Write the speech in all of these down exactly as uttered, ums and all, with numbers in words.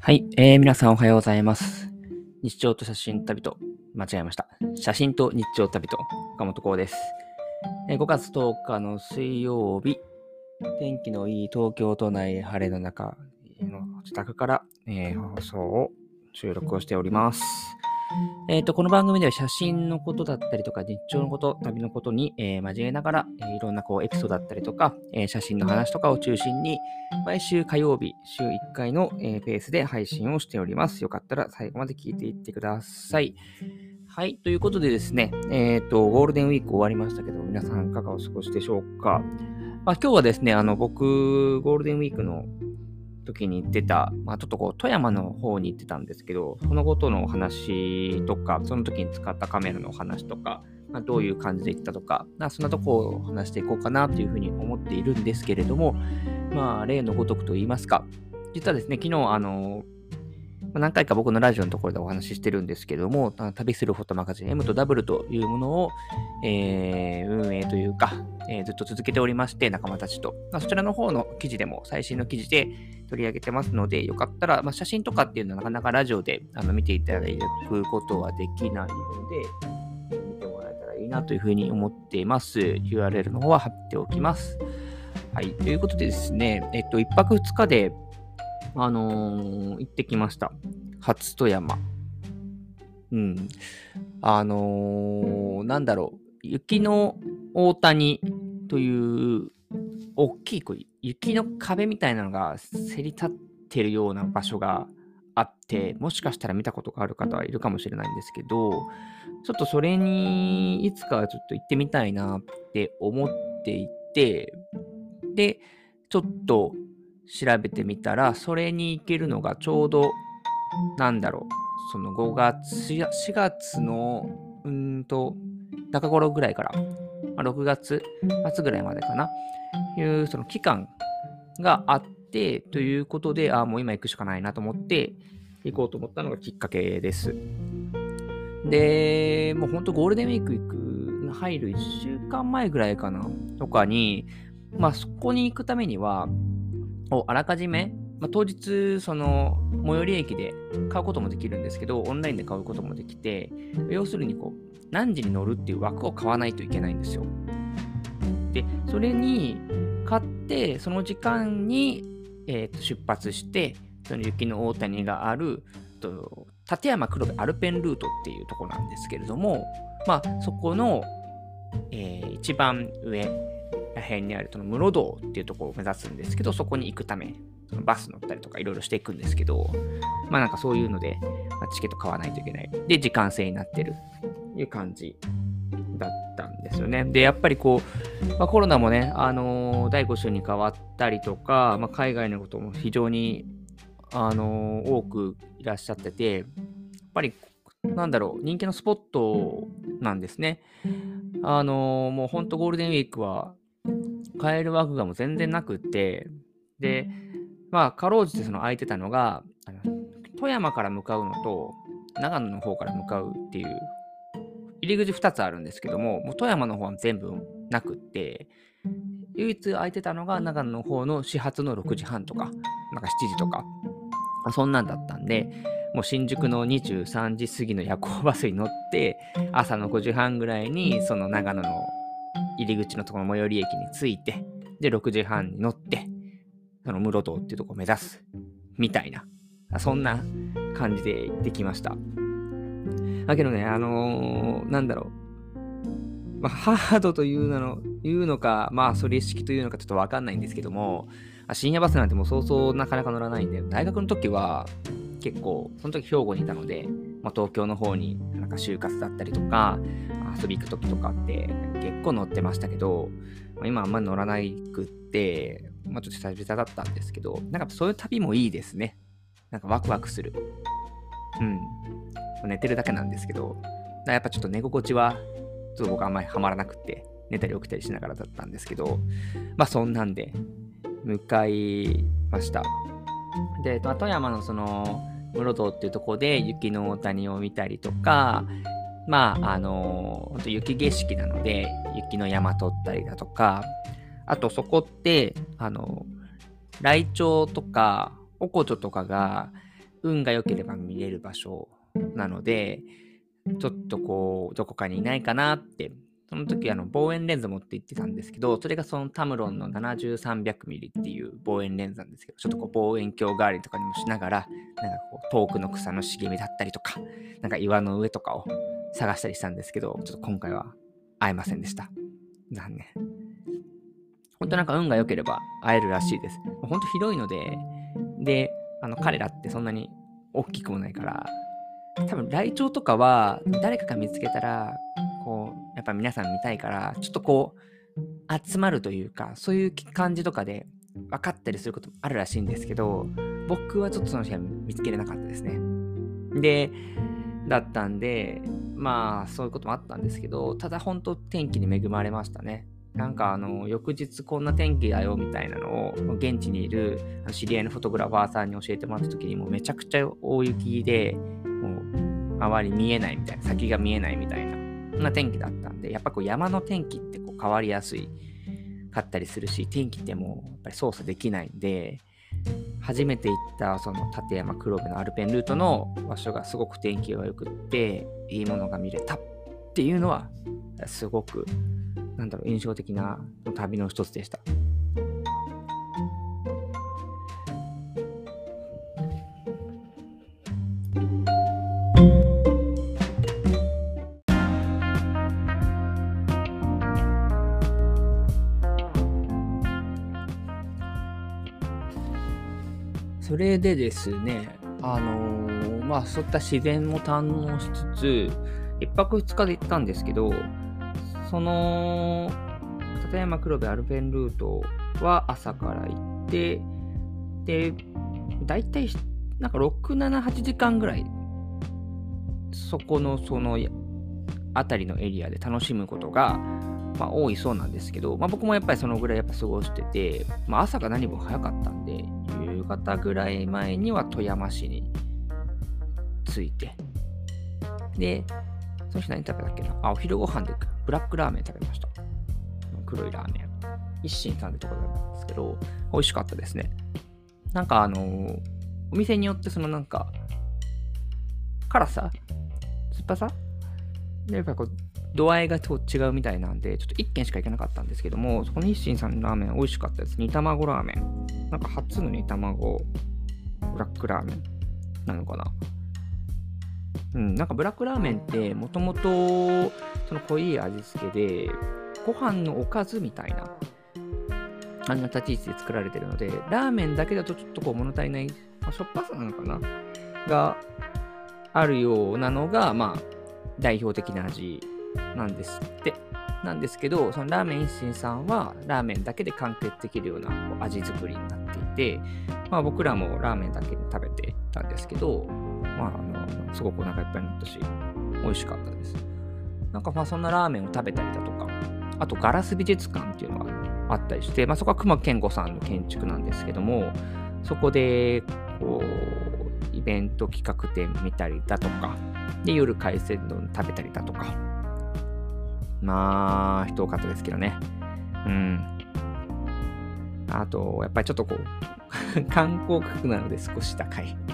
はい、えー、皆さんおはようございます。日常と写真旅と、間違えました。写真と日常旅と、岡本光です。えー、ごがつとおかの水曜日、天気のいい東京都内晴れの中の自宅から、えー、放送を収録をしております。えーと、この番組では写真のことだったりとか、日常のこと、旅のことに、えー交えながら、えーいろんなこうエピソードだったりとか、えー写真の話とかを中心に、毎週火曜日、週いっかいの、えーペースで配信をしております。よかったら最後まで聞いていってください。はい、ということでですね、えっと、ゴールデンウィーク終わりましたけど、皆さんいかがお過ごしでしょうか。まあ、今日はですね、あの、僕、ゴールデンウィークの時に行ってた、まあ、ちょっとこう富山の方に行ってたんですけど、そのことのお話とか、その時に使ったカメラのお話とか、まあ、どういう感じで行ったとか、まあ、そんなとこを話していこうかなというふうに思っているんですけれども、まあ、例のごとくと言いますか、実はですね、昨日、あの、まあ何回か僕のラジオのところでお話ししてるんですけども、あ旅するフォトマガジン M と W というものを、えー運営というか、えーずっと続けておりまして、仲間たちと。まあ、そちらの方の記事でも、最新の記事で取り上げてますので、よかったら、まあ、写真とかっていうのはなかなかラジオであの見ていただくことはできないので、見てもらえたらいいなというふうに思っています。ユーアールエル の方は貼っておきます。はい。ということでですね、えっと、いっぱくふつかで、あのー行ってきました。初富山。うん。あのーなんだろう。雪の大谷という大きいこう雪の壁みたいなのがせり立ってるような場所があって、もしかしたら見たことがある方はいるかもしれないんですけど、ちょっとそれにいつかちょっと行ってみたいなって思っていて、で、ちょっと調べてみたら、それに行けるのがちょうど、なんだろう、そのごがつ、しがつの、うーんと、中頃ぐらいから、まあろくがつ末ぐらいまでかな、いうその期間があって、ということで、ああ、もう今行くしかないなと思って、行こうと思ったのがきっかけです。で、もうほんとゴールデンウィーク行く、入るいっしゅうかんまえぐらいかな、とかに、まあそこに行くためには、をあらかじめ、まあ、当日、その、最寄り駅で買うこともできるんですけど、オンラインで買うこともできて、要するにこう、何時に乗るっていう枠を買わないといけないんですよ。で、それに買って、その時間に、えーと出発して、その雪の大谷がある、と立山黒部アルペンルートっていうところなんですけれども、まあ、そこの、えー一番上ら辺にあるその室堂っていうところを目指すんですけど、そこに行くため、そのバス乗ったりとかいろいろしていくんですけど、まあなんかそういうので、まあチケット買わないといけない。で、時間制になってるという感じだったんですよね。で、やっぱりこう、まあ、コロナもね、あのーだいご週に変わったりとか、まあ、海外のことも非常に、あのー多くいらっしゃってて、やっぱり、なんだろう、人気のスポットなんですね。あのーもうほんとゴールデンウィークは、買える枠がもう全然なくって、で、まあ、かろうじてその空いてたのが、あの富山から向かうのと、長野の方から向かうっていう、入り口ふたつあるんですけども、もう富山の方は全部なくって、唯一空いてたのが長野の方の始発のろくじはんとか、なんかしちじとか、あそんなんだったんで、もう新宿のにじゅうさんじ過ぎの夜行バスに乗って、朝のごじはんぐらいにその長野の入り口のところの最寄り駅に着いて、で、ろくじはんに乗って、その室堂っていうところを目指す、みたいな、そんな感じで行ってきました。だけどね、あのーなんだろう、まあ、ハードというのいうのか、まあ、それ式というのかちょっとわかんないんですけども、深夜バスなんてもうそうそうなかなか乗らないんで、大学の時は結構、その時兵庫にいたので、まあ、東京の方になんか就活だったりとか、遊び行く時とかって結構乗ってましたけど、まあ、今あんまり乗らないくって、まあ、ちょっと久々だったんですけど、なんかそういう旅もいいですね。なんかワクワクする。うん。寝てるだけなんですけど、やっぱちょっと寝心地は、ちょっと僕あんまりハマらなくて、寝たり起きたりしながらだったんですけど、まあそんなんで、向かいました。で、まあ富山のその、室堂っていうところで雪の大谷を見たりとか、まあ、あのー、ほんと雪景色なので、雪の山撮ったりだとか、あとそこって、あの、ライチョウとか、オコチョとかが、 運が良ければ見れる場所なので、ちょっとこう、どこかにいないかなって、その時あの望遠レンズ持って行ってたんですけど、それがそのタムロンの ななじゅうさんびゃくミリ っていう望遠レンズなんですけど、ちょっとこう望遠鏡代わりとかにもしながら、なんかこう遠くの草の茂みだったりとか、なんか岩の上とかを探したりしたんですけど、ちょっと今回は会えませんでした。残念。本当なんか運が良ければ会えるらしいです。本当広いので、で、あの彼らってそんなに大きくもないから、多分ライチョウとかは誰かが見つけたら、こう、やっぱ皆さん見たいから、ちょっとこう、集まるというか、そういう感じとかで分かったりすることもあるらしいんですけど、僕はちょっとその日は見つけれなかったですね。で、だったんで、まあそういうこともあったんですけど、ただ本当天気に恵まれましたね。なんかあの翌日こんな天気だよみたいなのを現地にいる知り合いのフォトグラファーさんに教えてもらった時にもうめちゃくちゃ大雪でもう周り見えないみたいな、先が見えないみたいなそんな天気だったんで、やっぱこう山の天気ってこう変わりやすいかったりするし、天気ってもうやっぱり操作できないんで、初めて行ったその立山黒部のアルペンルートの場所がすごく天気が良くっていいものが見れたっていうのはすごくなんだろう印象的な旅の一つでした。それでですね、あのー、まあそういった自然も堪能しつついっぱくふつかで行ったんですけど、その立山黒部アルペンルートは朝から行って、でだいたいなんかろく、なな、はちじかんぐらいそこのその辺りのエリアで楽しむことが、まあ、多いそうなんですけど、まあ、僕もやっぱりそのぐらいやっぱ過ごしてて、まあ、朝が何も早かったんで夕方ぐらい前には富山市に着いて、でその日何食べたっけなあ、お昼ご飯でブラックラーメン食べました。黒いラーメン。一心さんってところなんですけど、美味しかったですね。なんかあのー、お店によってそのなんか、辛さ酸っぱさで、やっぱこう、度合いがちょっと違うみたいなんで、ちょっと一軒しか行けなかったんですけども、そこの一心さんのラーメン美味しかったです。煮卵ラーメン。なんか初の煮卵ブラックラーメンなのかな。うん、なんかブラックラーメンってもともとその濃い味付けでご飯のおかずみたいなあんな立ち位置で作られてるので、ラーメンだけだとちょっとこう物足りない、まあ、しょっぱさなのかながあるようなのがまあ代表的な味なんですってなんですけど、そのラーメン一心さんはラーメンだけで完結できるような味作りになっていて、まあ僕らもラーメンだけで食べてたんですけど、まああのすごくお腹いっぱいになったし美味しかったです。なんかまあそんなラーメンを食べたりだとか、あとガラス美術館っていうのがあったりして、まあそこは隈研吾さんの建築なんですけども、そこでこうイベント企画展見たりだとか、で夜海鮮丼食べたりだとか、まあ人多かったですけどね。うん。あとやっぱりちょっとこう観光区なので少し高い。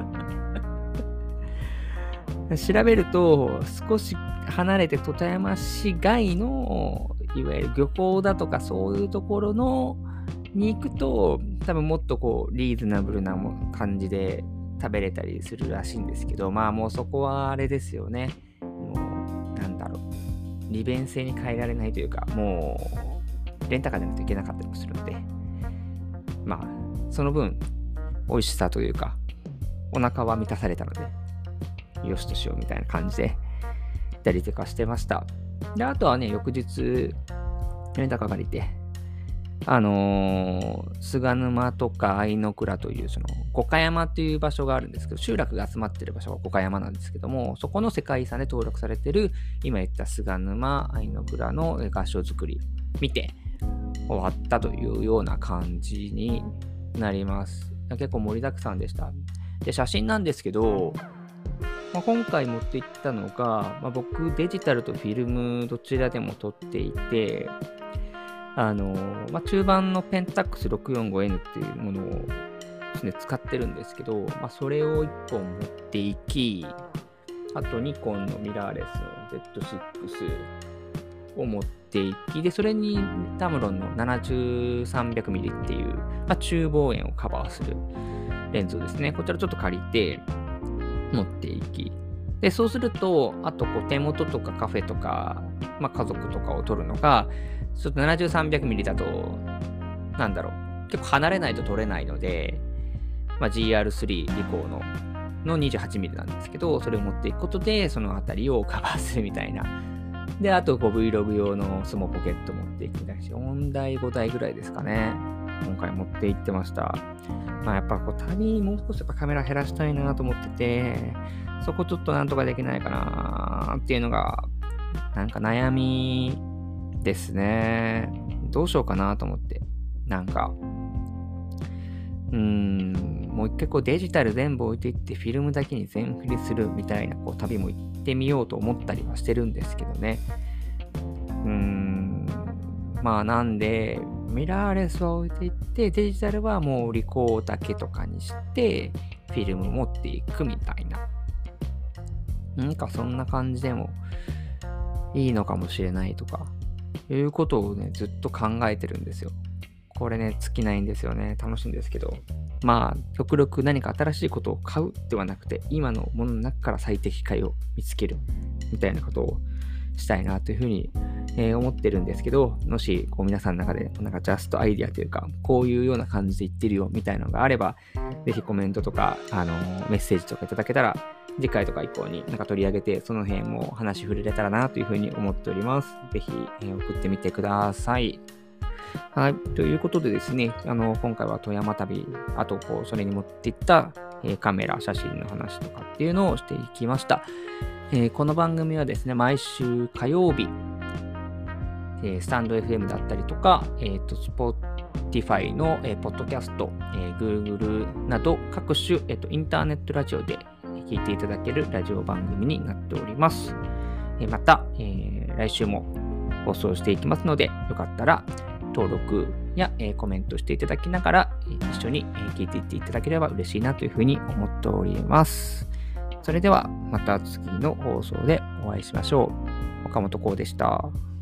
調べると少し離れて富山市外のいわゆる漁港だとかそういうところのに行くと多分もっとこうリーズナブルな感じで食べれたりするらしいんですけど、まあもうそこはあれですよね。もうなんだろう、利便性に変えられないというか、もうレンタカーでないといけなかったりもするので、まあその分美味しさというかお腹は満たされたのでよしとしようみたいな感じで行ったりとかしてました。で、あとはね、翌日レンタカー借りてあのー、菅沼とか相の倉というその五箇山っていう場所があるんですけど、集落が集まってる場所が五箇山なんですけども、そこの世界遺産で登録されてる今言った菅沼相の倉の合掌造り見て終わったというような感じになります。結構盛りだくさんでした。で、写真なんですけど、まあ、今回持っていったのが、まあ、僕デジタルとフィルムどちらでも撮っていて、あのまあ、中盤のペンタックス ろくよんごエヌ っていうものを常使ってるんですけど、まあ、それをいっぽん持っていき、あとニコンのミラーレスの ゼットシックス を持っていき、で、それにタムロンの ななじゅうさんびゃくミリ っていう、まあ、中望遠をカバーするレンズをですね、こちらちょっと借りて持っていき、で、そうすると、あとこう手元とかカフェとか、まあ、家族とかを撮るのが、ちょっと ななじゅうさんびゃくミリ だと、なんだろう、結構離れないと撮れないので、まあ、ジーアールスリー リコーのの にじゅうはちミリ なんですけど、それを持っていくことで、そのあたりをカバーするみたいな。で、あとこう Vlog 用のスモポケット持っていくみたいな。よんだい、ごだいぐらいですかね。今回持っていってました。まあやっぱこう旅もう少しやっぱカメラ減らしたいなと思ってて、そこちょっとなんとかできないかなっていうのが、なんか悩みですね。どうしようかなと思って。なんか、うーん、もう一回こうデジタル全部置いていってフィルムだけに全振りするみたいなこう旅も行ってみようと思ったりはしてるんですけどね。うーん、まあなんで、ミラーレスは置いていって、デジタルはもうリコーだけとかにして、フィルム持っていくみたいな。なんかそんな感じでもいいのかもしれないとか、いうことをね、ずっと考えてるんですよ。これね、尽きないんですよね。楽しいんですけど。まあ、極力何か新しいことを買うではなくて、今のものの中から最適解を見つけるみたいなことをしたいなというふうに、えー思ってるんですけど、もしこう皆さんの中でなんかジャストアイディアというか、こういうような感じで言ってるよみたいなのがあれば、ぜひコメントとか、あのーメッセージとかいただけたら、次回とか以降になんか取り上げて、その辺も話触れれたらなというふうに思っております。ぜひ、えー送ってみてください。はい。ということでですね、あの、今回は富山旅、あと、こう、それに持っていった、えーカメラ、写真の話とかっていうのをしていきました。えーこの番組はですね、毎週火曜日、えースタンド エフエム だったりとか、えっと、Spotify の、えー、ポッドキャスト、えー Google など各種、えーと、インターネットラジオで聞いていただけるラジオ番組になっております。えーまた、えー来週も放送していきますので、よかったら登録や、えーコメントしていただきながら、えー一緒に、えー聞いていっていただければ嬉しいなというふうに思っております。それではまた次の放送でお会いしましょう。岡本浩でした。